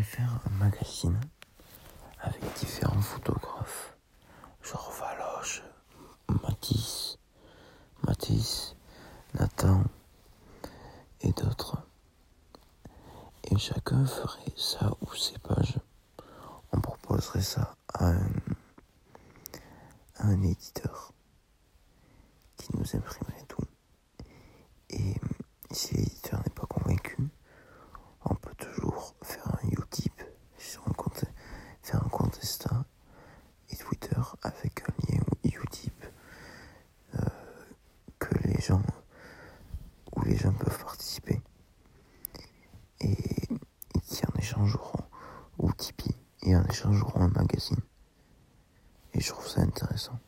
faire un magazine avec différents photographes, genre Valoche, Matisse, Nathan et d'autres. Et chacun ferait ça ou ses pages. On proposerait ça à un éditeur qui nous imprimerait tout. Et si l'éditeur n'est pas convaincu, on peut toujours faire un Utip sur faire un compte Insta et Twitter avec un lien Utip où les gens peuvent participer et qui en échangeront, ou Tipeee, et en échangeront un magazine. Et je trouve ça intéressant.